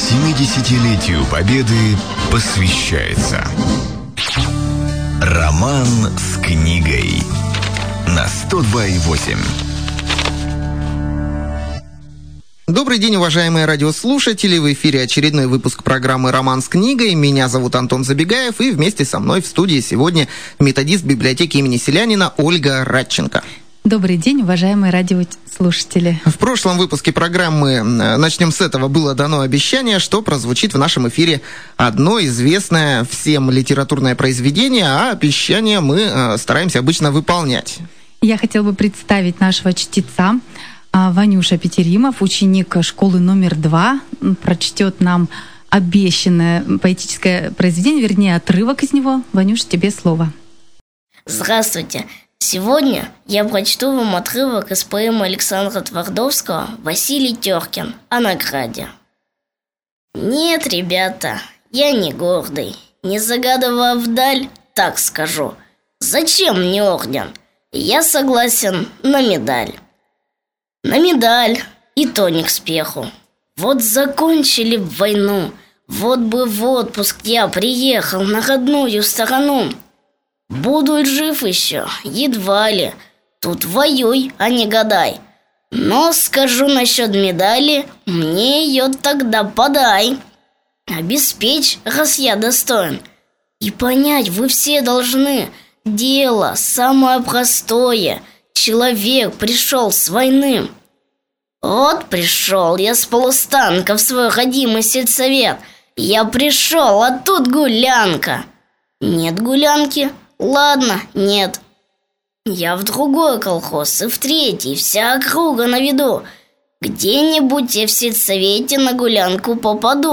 70-летию Победы посвящается «Роман с книгой» на 102,8. Добрый день, уважаемые радиослушатели! В эфире очередной выпуск программы «Роман с книгой». Меня зовут Антон Забегаев, и вместе со мной в студии сегодня методист библиотеки имени Селянина Ольга Радченко. Добрый день, уважаемые радиослушатели. В прошлом выпуске программы, начнем с этого, было дано обещание, что прозвучит в нашем эфире одно известное всем литературное произведение, а обещание мы стараемся обычно выполнять. Я хотела бы представить нашего чтеца. Ванюша Петеримов, ученик школы номер 2, прочтет нам обещанное поэтическое произведение, вернее, отрывок из него. Ванюш, тебе слово. Здравствуйте! Сегодня я прочту вам отрывок из поэмы Александра Твардовского «Василий Теркин» о награде. Нет, ребята, я не гордый, не загадывая вдаль, так скажу. Зачем мне орден? Я согласен на медаль. На медаль, и то не к спеху. Вот закончили б войну, вот бы в отпуск я приехал на родную сторону. Буду ли жив еще? Едва ли. Тут воюй, а не гадай. Но скажу насчет медали, мне ее тогда подай. Обеспечь, раз я достоин. И понять вы все должны, дело самое простое. Человек пришел с войны. Вот пришел я с полустанка в свой родимый сельсовет. Я пришел, а тут гулянка. Нет гулянки? Ладно, нет. Я в другой колхоз и в третий, вся округа на виду. Где-нибудь я в сельсовете на гулянку попаду.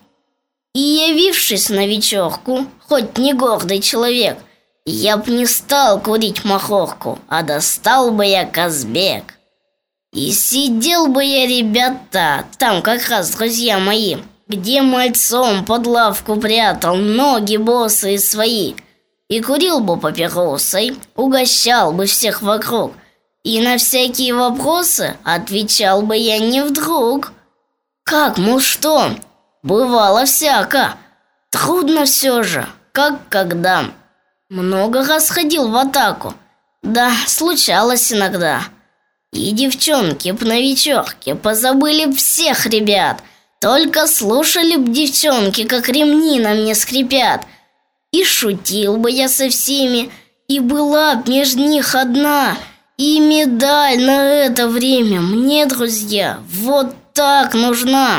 И явившись на вечерку, хоть не гордый человек, я б не стал курить махорку, а достал бы я Казбек. И сидел бы я, ребята, там как раз друзья мои, где мальцом под лавку прятал ноги босые свои. И курил бы папиросой, угощал бы всех вокруг. И на всякие вопросы отвечал бы я не вдруг. Как, мол, что? Бывало всяко. Трудно все же, как когда. Много раз ходил в атаку. Да, случалось иногда. И девчонки б на вечерке позабыли б всех ребят. Только слушали б девчонки, как ремни на мне скрипят. И шутил бы я со всеми, и была б между них одна. И медаль на это время мне, друзья, вот так нужна.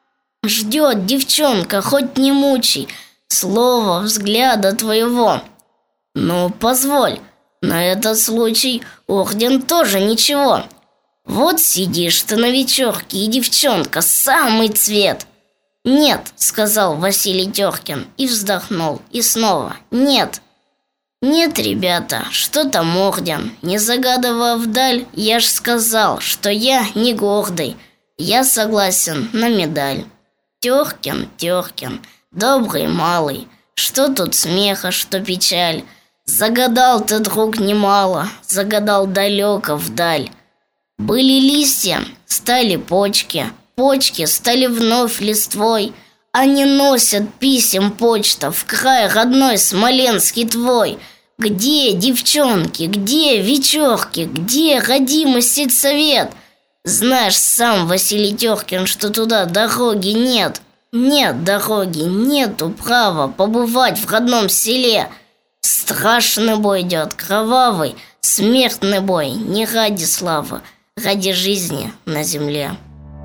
Ждет девчонка, хоть не мучай, слова, взгляда твоего. Ну, позволь, на этот случай орден тоже ничего. Вот сидишь ты на вечерке, и девчонка самый цвет. «Нет», — сказал Василий Теркин и вздохнул, и снова «нет». «Нет, ребята, что там орден? Не загадывая вдаль, я ж сказал, что я не гордый. Я согласен на медаль. Теркин, Теркин, добрый малый, что тут смеха, что печаль. Загадал ты, друг, немало, загадал далеко вдаль. Были листья, стали почки, почки стали вновь листвой. Они носят писем почта в край родной смоленский твой. Где девчонки, где вечерки, где родимый сельсовет? Знаешь сам, Василий Теркин, что туда дороги нет. Нет дороги, нету права побывать в родном селе. Страшный бой идет, кровавый, смертный бой, не ради славы, ради жизни на земле.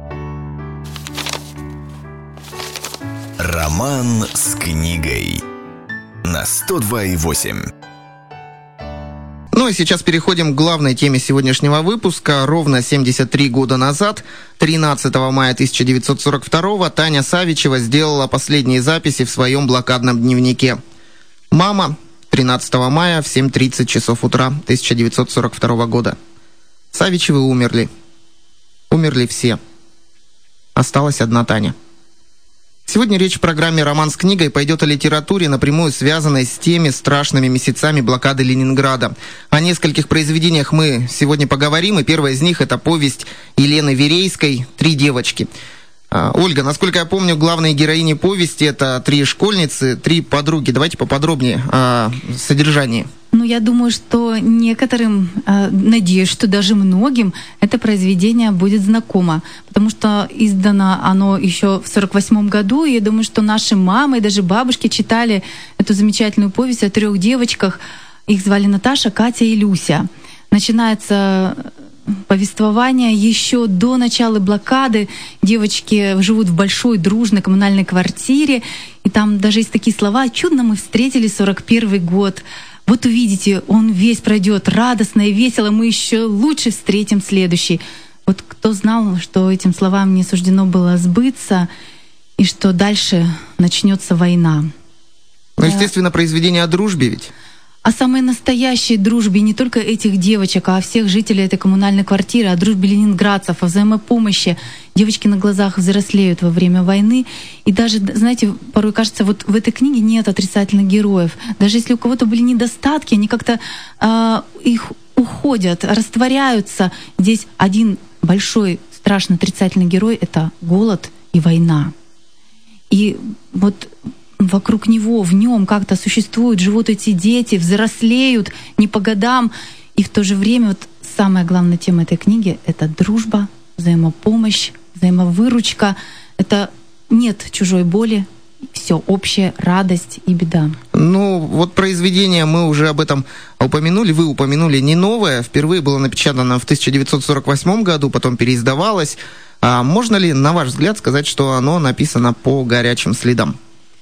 Роман с книгой на 102,8. Ну и сейчас переходим к главной теме сегодняшнего выпуска. Ровно 73 года назад, 13 мая 1942-го, Таня Савичева сделала последние записи в своем блокадном дневнике. «Мама», 13 мая в 7:30 часов утра 1942 года. Савичевы умерли. Умерли все. Осталась одна Таня. Сегодня речь в программе «Роман с книгой» пойдет о литературе, напрямую связанной с теми страшными месяцами блокады Ленинграда. О нескольких произведениях мы сегодня поговорим, и первое из них – это повесть Елены Верейской «Три девочки». Ольга, насколько я помню, главные героини повести — это 3 школьницы, 3 подруги. Давайте поподробнее о содержании. Ну, я думаю, что некоторым, надеюсь, что даже многим это произведение будет знакомо, потому что издано оно еще в 1948 году, и я думаю, что наши мамы и даже бабушки читали эту замечательную повесть о 3 девочках. Их звали Наташа, Катя и Люся. Начинается повествование еще до начала блокады. Девочки живут в большой дружной коммунальной квартире, и там даже есть такие слова: «Чудно мы встретили 41 год. Вот увидите, он весь пройдет радостно и весело, мы еще лучше встретим следующий». Вот кто знал, что этим словам не суждено было сбыться, и что дальше начнется война. Ну, естественно, произведение о дружбе ведь. О самой настоящей дружбе не только этих девочек, а всех жителей этой коммунальной квартиры, о дружбе ленинградцев, о взаимопомощи. Девочки на глазах взрослеют во время войны. И даже, знаете, порой кажется, вот в этой книге нет отрицательных героев. Даже если у кого-то были недостатки, они как-то их уходят, растворяются. Здесь один большой, страшно отрицательный герой — это голод и война. И вот вокруг него, в нем как-то существуют, живут эти дети, взрослеют не по годам. И в то же время вот самая главная тема этой книги — это дружба, взаимопомощь, взаимовыручка. Это нет чужой боли, все общая радость и беда. Ну, вот произведение, мы уже об этом упомянули, вы упомянули, не новое. Впервые было напечатано в 1948 году, потом переиздавалось. А можно ли, на ваш взгляд, сказать, что оно написано по горячим следам?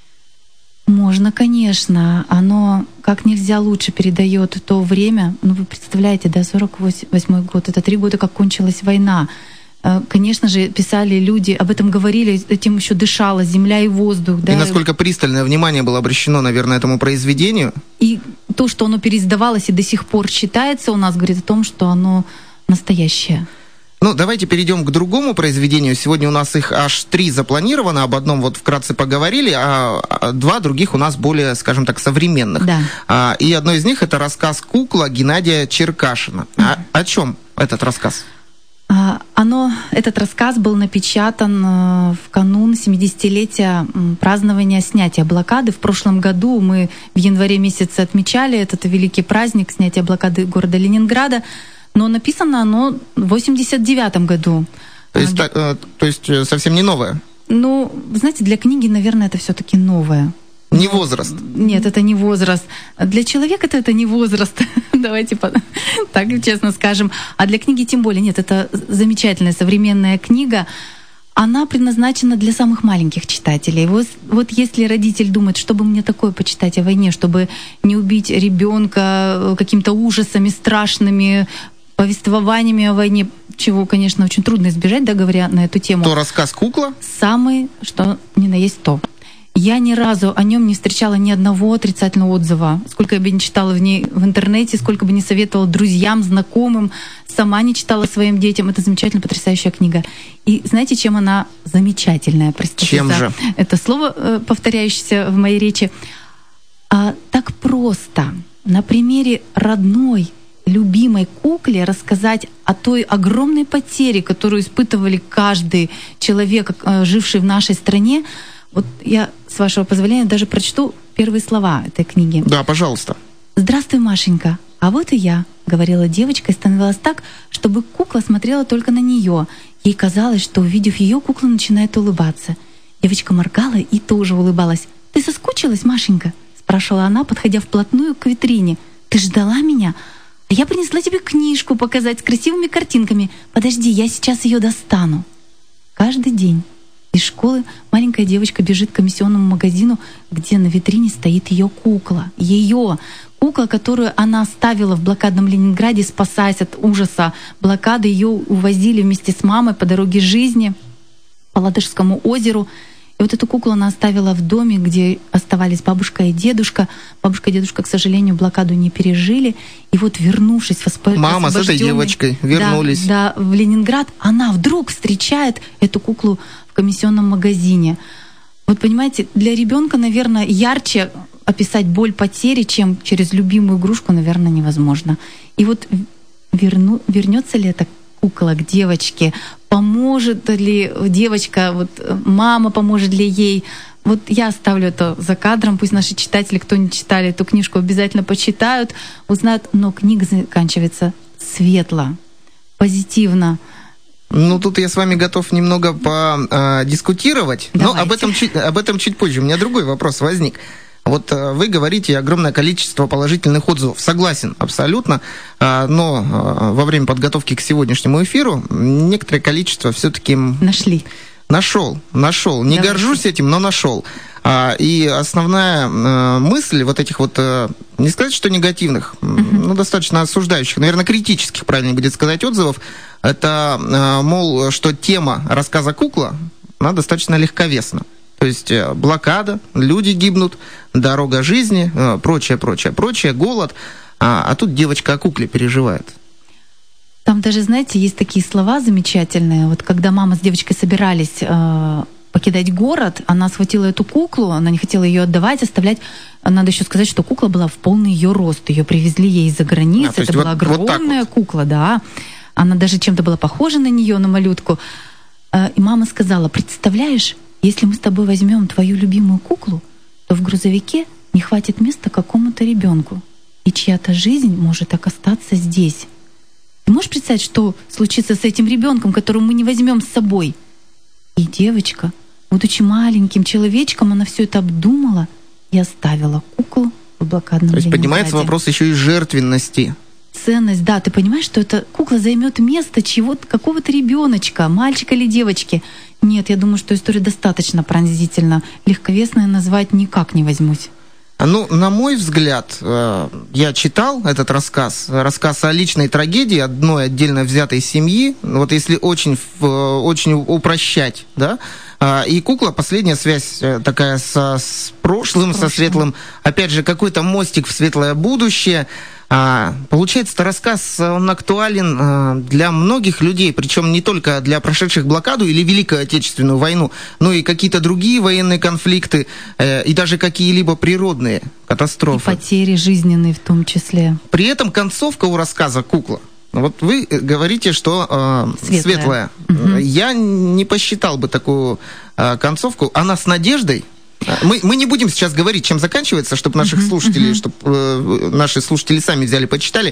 Можно, конечно. Оно как нельзя лучше передает то время. Ну, вы представляете, да, 48-й год, это 3 года, как кончилась война. Конечно же, писали люди, об этом говорили, этим еще дышала земля и воздух. Да? И насколько пристальное внимание было обращено, наверное, этому произведению. И то, что оно переиздавалось и до сих пор читается у нас, говорит о том, что оно настоящее. Ну, давайте перейдем к другому произведению. Сегодня у нас их аж 3 запланировано. Об одном вот вкратце поговорили, а 2 других у нас более, скажем так, современных. Да. И одно из них — это рассказ «Кукла» Геннадия Черкашина. О чем этот рассказ? Этот рассказ был напечатан в канун 70-летия празднования снятия блокады. В прошлом году мы в январе месяце отмечали этот великий праздник снятия блокады города Ленинграда. Но написано оно в 89 году. То есть совсем не новое? Ну, знаете, для книги, наверное, это все-таки новое. Не возраст? Нет, это не возраст. Для человека это не возраст. Давайте так честно скажем. А для книги тем более. Нет, это замечательная современная книга. Она предназначена для самых маленьких читателей. Вот если родитель думает, что бы мне такое почитать о войне, чтобы не убить ребенка какими-то ужасами страшными, повествованиями о войне, чего, конечно, очень трудно избежать, да, говоря на эту тему. То рассказ «Кукла»? Самый, что ни на есть то. Я ни разу о нем не встречала ни одного отрицательного отзыва. Сколько я бы не читала в ней в интернете, сколько бы не советовала друзьям, знакомым, сама не читала своим детям. Это замечательная, потрясающая книга. И знаете, чем она замечательная? Простите чем же? Это слово, повторяющееся в моей речи. Так просто, на примере родной, любимой кукле рассказать о той огромной потере, которую испытывали каждый человек, живший в нашей стране. Вот я, с вашего позволения, даже прочту первые слова этой книги. Да, пожалуйста. «Здравствуй, Машенька, а вот и я», — говорила девочка, и становилась так, чтобы кукла смотрела только на нее. Ей казалось, что, увидев ее, кукла начинает улыбаться. Девочка моргала и тоже улыбалась. «Ты соскучилась, Машенька?» — спрашивала она, подходя вплотную к витрине. «Ты ждала меня? А я принесла тебе книжку показать с красивыми картинками. Подожди, я сейчас ее достану». Каждый день из школы маленькая девочка бежит к комиссионному магазину, где на витрине стоит ее кукла. Ее кукла, которую она оставила в блокадном Ленинграде, спасаясь от ужаса блокады. Ее увозили вместе с мамой по дороге жизни по Ладожскому озеру. И вот эту куклу она оставила в доме, где оставались бабушка и дедушка. Бабушка и дедушка, к сожалению, блокаду не пережили. И вот, вернувшись мама с этой девочкой вернулись. Да, в Ленинград, она вдруг встречает эту куклу в комиссионном магазине. Вот понимаете, для ребенка, наверное, ярче описать боль потери, чем через любимую игрушку, наверное, невозможно. И вот вернется ли эта кукла к девочке, поможет ли девочка, вот мама поможет ли ей. Вот я оставлю это за кадром, пусть наши читатели, кто не читали эту книжку, обязательно почитают, узнают, но книга заканчивается светло, позитивно. Ну, тут я с вами готов немного подискутировать, но об этом чуть позже. У меня другой вопрос возник. Вот вы говорите огромное количество положительных отзывов. Согласен, абсолютно. Но во время подготовки к сегодняшнему эфиру некоторое количество все-таки... Нашел. Не горжусь этим, но нашел. И основная мысль вот этих вот, не сказать, что негативных, но достаточно осуждающих, наверное, критических, правильно будет сказать, отзывов, это, мол, что тема рассказа «Кукла», она достаточно легковесна. То есть блокада, люди гибнут, дорога жизни, прочее, голод. А тут девочка о кукле переживает. Там даже, знаете, есть такие слова замечательные. Вот когда мама с девочкой собирались покидать город, она схватила эту куклу, она не хотела ее отдавать, оставлять. Надо еще сказать, что кукла была в полный ее рост. Ее привезли ей из-за границы. Это была огромная кукла, да. Она даже чем-то была похожа на нее, на малютку. И мама сказала: представляешь, если мы с тобой возьмем твою любимую куклу, то в грузовике не хватит места какому-то ребенку, и чья-то жизнь может так остаться здесь. Ты можешь представить, что случится с этим ребенком, которого мы не возьмем с собой? И девочка, будучи маленьким человечком, она все это обдумала и оставила куклу в блокадном Ленинграде. То есть поднимается вопрос еще и жертвенности. Ценность, да, ты понимаешь, что эта кукла займет место какого-то ребеночка, мальчика или девочки. Нет, я думаю, что история достаточно пронзительна. Легковесное назвать никак не возьмусь. Ну, на мой взгляд, я читал этот рассказ о личной трагедии одной отдельно взятой семьи, вот если очень упрощать, да, и кукла, последняя связь такая с прошлым, со светлым, опять же, какой-то мостик в светлое будущее. Получается, это рассказ, он актуален для многих людей, причем не только для прошедших блокаду или Великую Отечественную войну, но и какие-то другие военные конфликты, и даже какие-либо природные катастрофы. И потери жизненные в том числе. При этом концовка у рассказа «Кукла». Вот вы говорите, что светлая. Угу. Я не посчитал бы такую концовку. Она с надеждой. Мы не будем сейчас говорить, чем заканчивается, чтобы наших слушателей, чтобы наши слушатели сами взяли, почитали.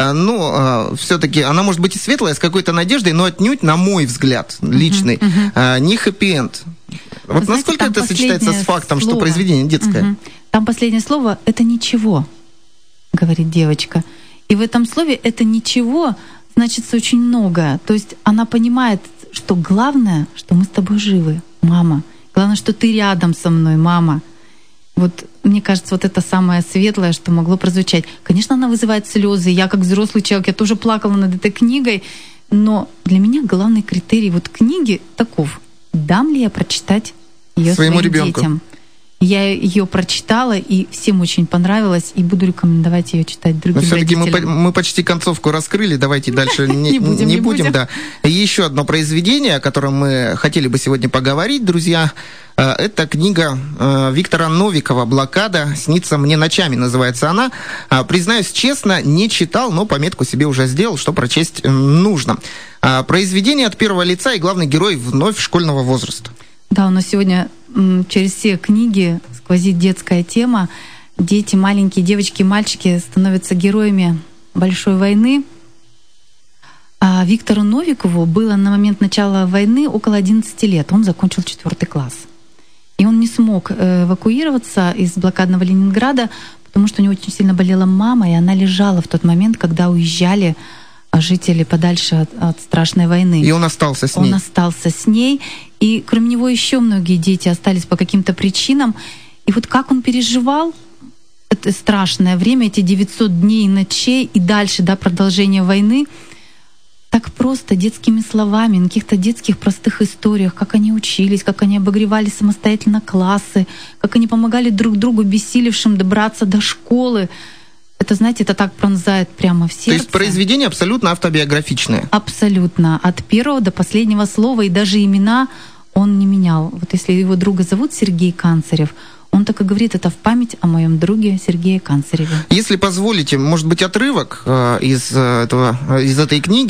Но все-таки она может быть и светлая, с какой-то надеждой, но отнюдь, на мой взгляд, личный, не хэппи-энд. Вот знаете, насколько это сочетается с фактом, что произведение детское? Там последнее слово — это «ничего», говорит девочка. И в этом слове «это ничего» значится очень многое. То есть она понимает, что главное, что мы с тобой живы, мама. Главное, что ты рядом со мной, мама. Вот мне кажется, вот это самое светлое, что могло прозвучать. Конечно, она вызывает слезы. Я как взрослый человек, я тоже плакала над этой книгой. Но для меня главный критерий вот книги таков: дам ли я прочитать ее своим детям? Я ее прочитала, и всем очень понравилось, и буду рекомендовать ее читать другим родителям. Все-таки мы почти концовку раскрыли, давайте дальше не будем. Да. Еще одно произведение, о котором мы хотели бы сегодня поговорить, друзья, это книга Виктора Новикова «Блокада. Снится мне ночами» называется она. Признаюсь честно, не читал, но пометку себе уже сделал, что прочесть нужно. Произведение от первого лица, и главный герой вновь школьного возраста. Да, у нас сегодня через все книги сквозит детская тема. Дети, маленькие девочки и мальчики становятся героями большой войны. А Виктору Новикову было на момент начала войны около 11 лет. Он закончил 4 класс. И он не смог эвакуироваться из блокадного Ленинграда, потому что у него очень сильно болела мама, и она лежала в тот момент, когда уезжали жители подальше от страшной войны. И он остался с ней. Он остался с ней. И кроме него еще многие дети остались по каким-то причинам. И вот как он переживал это страшное время, эти 900 дней и ночей, и дальше, да, продолжение войны, так просто, детскими словами, на каких-то детских простых историях, как они учились, как они обогревали самостоятельно классы, как они помогали друг другу, бессилевшим, добраться до школы. Это, знаете, это так пронзает прямо в сердце. То есть произведение абсолютно автобиографичное? Абсолютно. От первого до последнего слова, и даже имена он не менял. Вот если его друга зовут Сергей Канцарев, он так и говорит: это в память о моем друге Сергее Канцареве. Если позволите, может быть, отрывок из этой книги?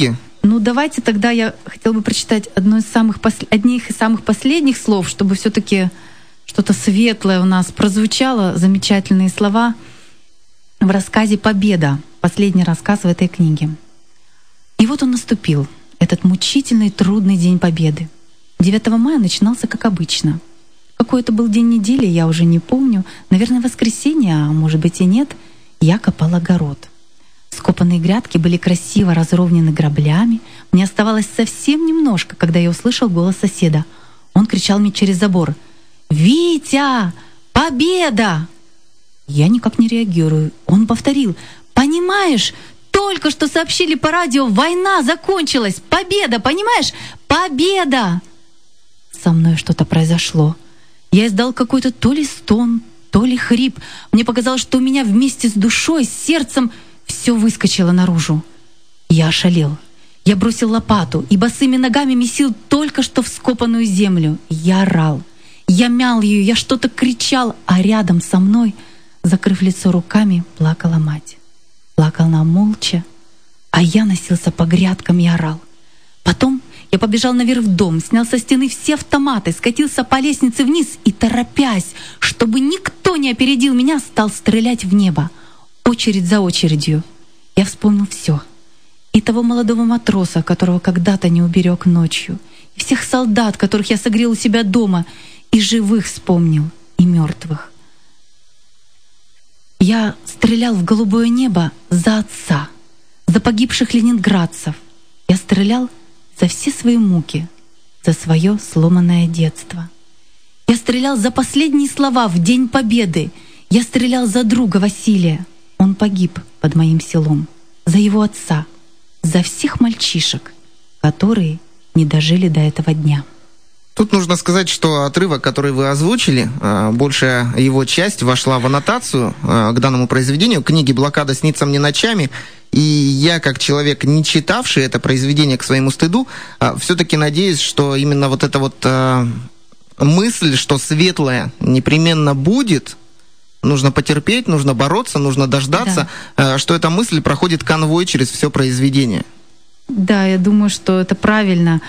Ну, давайте тогда я хотела бы прочитать одних из самых последних слов, чтобы все-таки что-то светлое у нас прозвучало, замечательные слова в рассказе «Победа», последний рассказ в этой книге. И вот он наступил, этот мучительный, трудный день Победы. 9 мая начинался как обычно. Какой это был день недели, я уже не помню. Наверное, воскресенье, а может быть и нет. Я копала огород. Скопанные грядки были красиво разровнены граблями. Мне оставалось совсем немножко, когда я услышал голос соседа. Он кричал мне через забор: «Витя! Победа!» Я никак не реагирую. Он повторил: «Понимаешь, только что сообщили по радио, война закончилась! Победа, понимаешь? Победа!» Со мной что-то произошло. Я издал какой-то то ли стон, то ли хрип. Мне показалось, что у меня вместе с душой, с сердцем все выскочило наружу. Я ошалел. Я бросил лопату и босыми ногами месил только что вскопанную землю. Я орал. Я мял ее, я что-то кричал, а рядом со мной, закрыв лицо руками, плакала мать. Плакала она молча, а я носился по грядкам и орал. Потом я побежал наверх в дом, снял со стены все автоматы, скатился по лестнице вниз и, торопясь, чтобы никто не опередил меня, стал стрелять в небо, очередь за очередью. Я вспомнил все. И того молодого матроса, которого когда-то не уберег ночью, и всех солдат, которых я согрел у себя дома, и живых вспомнил, и мертвых. Я стрелял в голубое небо за отца, за погибших ленинградцев. Я стрелял за все свои муки, за свое сломанное детство. Я стрелял за последние слова в День Победы. Я стрелял за друга Василия. Он погиб под моим селом. За его отца. За всех мальчишек, которые не дожили до этого дня. Тут нужно сказать, что отрывок, который вы озвучили, большая его часть вошла в аннотацию к данному произведению, книги «Блокада снится мне ночами». И я, как человек, не читавший это произведение к своему стыду, все-таки надеюсь, что именно вот эта вот мысль, что светлое непременно будет, нужно потерпеть, нужно бороться, нужно дождаться, что эта мысль проходит конвой через все произведение. Да, я думаю, что это правильно.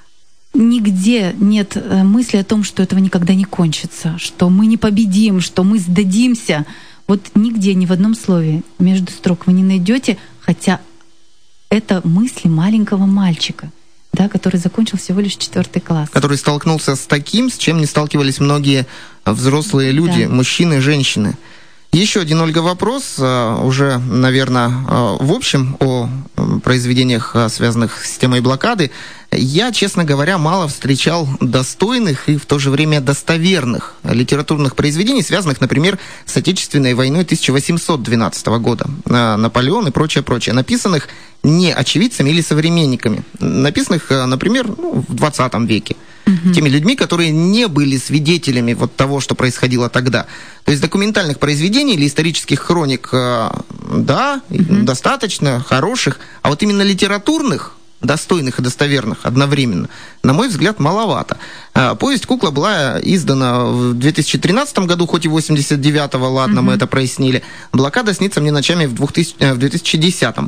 Нигде нет мысли о том, что этого никогда не кончится, что мы не победим, что мы сдадимся. Вот нигде, ни в одном слове между строк вы не найдете, хотя это мысли маленького мальчика, да, который закончил всего лишь 4 класс. Который столкнулся с таким, с чем не сталкивались многие взрослые люди, да. Мужчины, женщины. Еще один, Ольга, вопрос, уже, наверное, в общем, о произведениях, связанных с темой блокады. Я, честно говоря, мало встречал достойных и в то же время достоверных литературных произведений, связанных, например, с Отечественной войной 1812 года. Наполеон и прочее, написанных не очевидцами или современниками. Написанных, например, в 20 веке. Теми людьми, которые не были свидетелями вот того, что происходило тогда. То есть документальных произведений или исторических хроник, да, достаточно хороших, а вот именно литературных, достойных и достоверных одновременно, на мой взгляд, маловато. Повесть «Кукла» была издана в 2013 году, хоть и 89-го, ладно, мы это прояснили. «Блокада снится мне ночами» в 2010-м.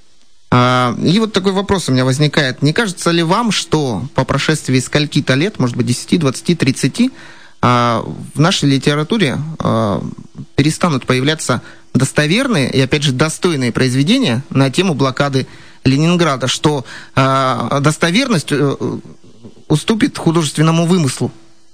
И вот такой вопрос у меня возникает. Не кажется ли вам, что по прошествии скольки-то лет, может быть, 10, 20, 30, в нашей литературе перестанут появляться достоверные и, опять же, достойные произведения на тему блокады Ленинграда, что достоверность уступит художественному вымыслу?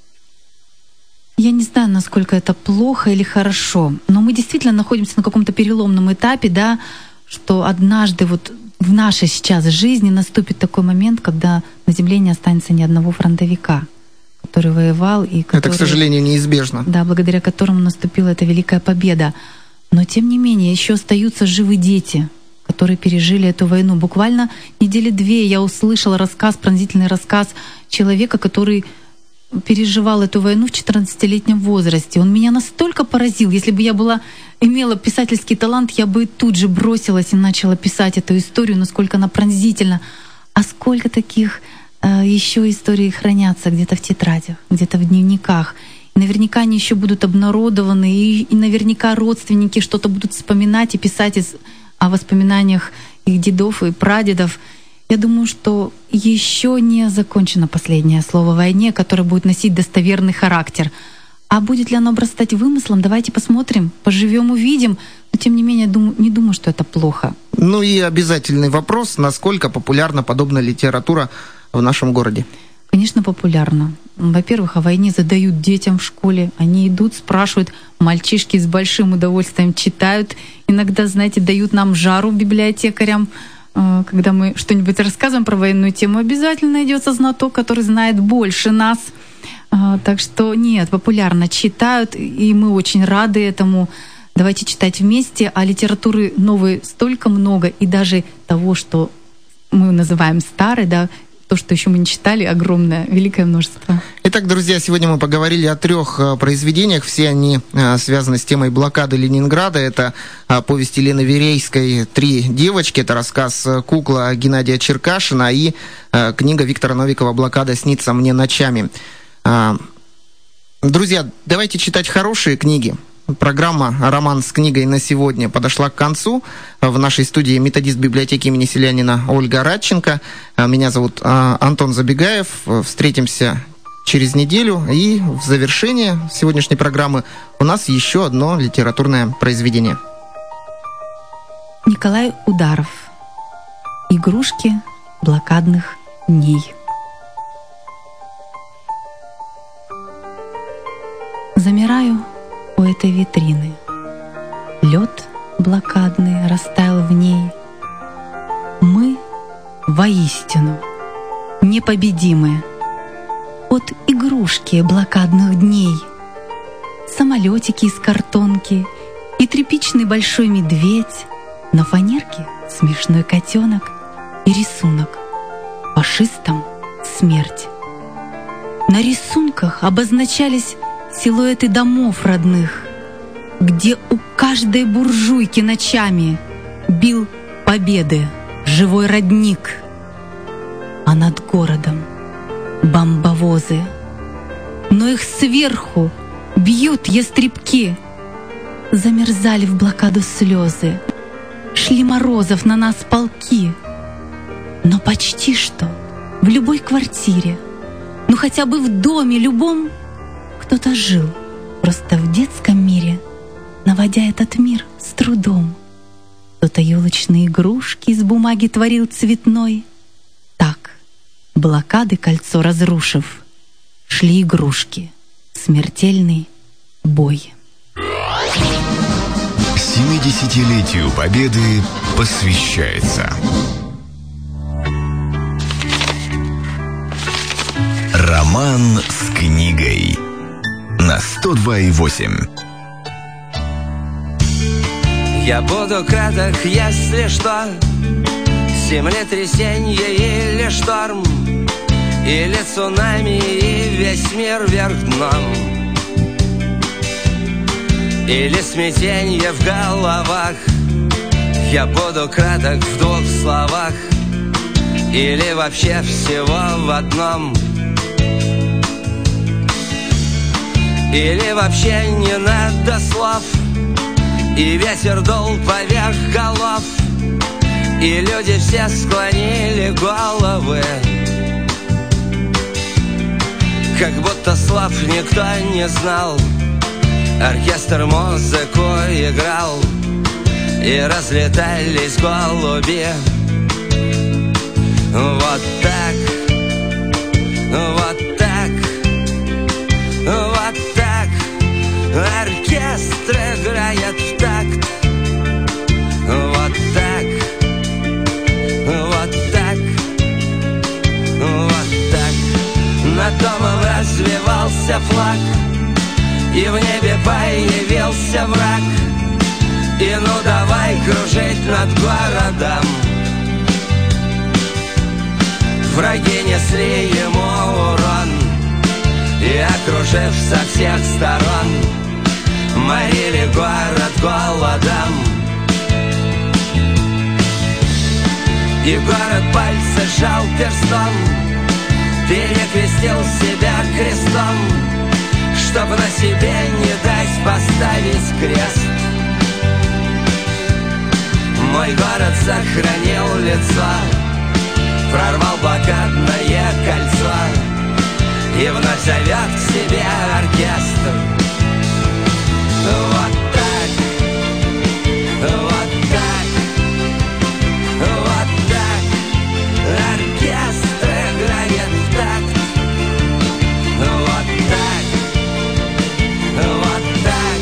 Я не знаю, насколько это плохо или хорошо, но мы действительно находимся на каком-то переломном этапе, да, что однажды вот в нашей сейчас жизни наступит такой момент, когда на земле не останется ни одного фронтовика, который воевал и который... Это, к сожалению, неизбежно. Да, благодаря которому наступила эта великая победа. Но, тем не менее, еще остаются живы дети, которые пережили эту войну. Буквально недели 2 я услышала пронзительный рассказ человека, который переживал эту войну в 14-летнем возрасте. Он меня настолько поразил. Если бы я имела писательский талант, я бы тут же бросилась и начала писать эту историю, насколько она пронзительна. А сколько таких еще историй хранятся где-то в тетрадях, где-то в дневниках. И наверняка они еще будут обнародованы, и наверняка родственники что-то будут вспоминать и писать о воспоминаниях их дедов и прадедов. Я думаю, что еще не закончено последнее слово о войне, которое будет носить достоверный характер. А будет ли оно обрастать вымыслом? Давайте посмотрим, поживем, увидим. Но тем не менее, не думаю, что это плохо. Ну и обязательный вопрос, насколько популярна подобная литература в нашем городе? Конечно, популярно. Во-первых, о войне задают детям в школе. Они идут, спрашивают. Мальчишки с большим удовольствием читают. Иногда, знаете, дают нам жару библиотекарям. Когда мы что-нибудь рассказываем про военную тему, обязательно найдется знаток, который знает больше нас. Так что нет, популярно читают, и мы очень рады этому. Давайте читать вместе. А литературы новой столько много, и даже того, что мы называем старой, да, то, что еще мы не читали, огромное, великое множество. Итак, друзья, сегодня мы поговорили о 3 произведениях. Все они связаны с темой блокады Ленинграда. Это повесть Елены Верейской «Три девочки». Это рассказ «Кукла» Геннадия Черкашина и книга Виктора Новикова «Блокада снится мне ночами». Друзья, давайте читать хорошие книги. Программа «Роман с книгой» на сегодня подошла к концу. В нашей студии методист библиотеки имени Селянина Ольга Радченко. Меня зовут Антон Забегаев. Встретимся через неделю. И в завершение сегодняшней программы у нас еще одно литературное произведение. Николай Ударов. «Игрушки блокадных дней». Замираю у этой витрины. Лед блокадный растаял в ней. Мы воистину непобедимы от игрушки блокадных дней. Самолетики из картонки и тряпичный большой медведь, на фанерке смешной котенок и рисунок. Фашистам смерть. На рисунках обозначались силуэты домов родных, где у каждой буржуйки ночами бил победы живой родник. А над городом бомбовозы, но их сверху бьют ястребки. Замерзали в блокаду слезы, шли Морозов на нас полки. Но почти что в любой квартире, ну хотя бы в доме любом, кто-то жил просто в детском мире, наводя этот мир с трудом. Кто-то елочные игрушки из бумаги творил цветной. Так, блокады кольцо разрушив, шли игрушки в смертельный бой. 70-летию Победы посвящается роман с книгой на 102,8. Я буду краток, если что, землетрясенье или шторм, или цунами, и весь мир вверх дном, или смятенье в головах. Я буду краток в 2 словах, или вообще всего в одном. Или вообще не надо слов, и ветер дул поверх голов, и люди все склонили головы, как будто слов никто не знал. Оркестр музыку играл, и разлетались голуби. Вот так, вот так, вот так. Оркестр играет в такт. Вот так, вот так, вот так. Над домом развивался флаг, и в небе появился враг. И ну давай кружить над городом. Враги несли ему урон, и, окружив со всех сторон, морили город голодом. И город пальцы сжал перстом, перекрестил себя крестом, чтоб на себе не дать поставить крест. Мой город сохранил лицо, прорвал блокадное кольцо и вновь зовет к себе оркестр. Вот так, вот так, вот так оркестр играет в такт. Вот так, вот так,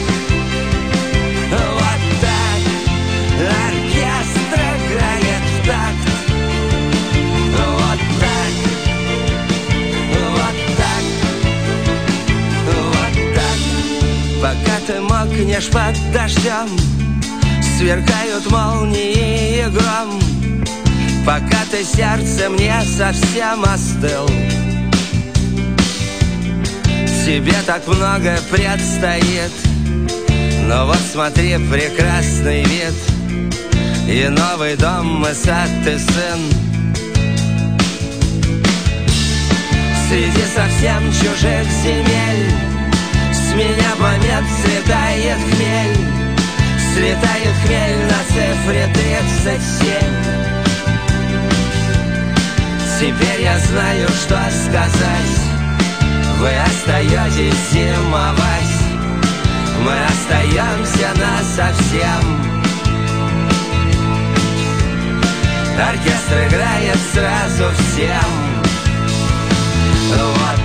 вот так оркестр играет в такт. Вот так, вот так, вот так. Пока ты мокнешь под дождем, сверкают молнии и гром. Пока ты сердцем не совсем остыл, тебе так много предстоит. Но вот смотри, прекрасный вид и новый дом, и сад, и сын. Среди совсем чужих земель с меня в момент слетает хмель. Слетает хмель на цифре 37. Теперь я знаю, что сказать. Вы остаетесь зимовать, мы остаемся насовсем. Оркестр играет сразу всем. Вот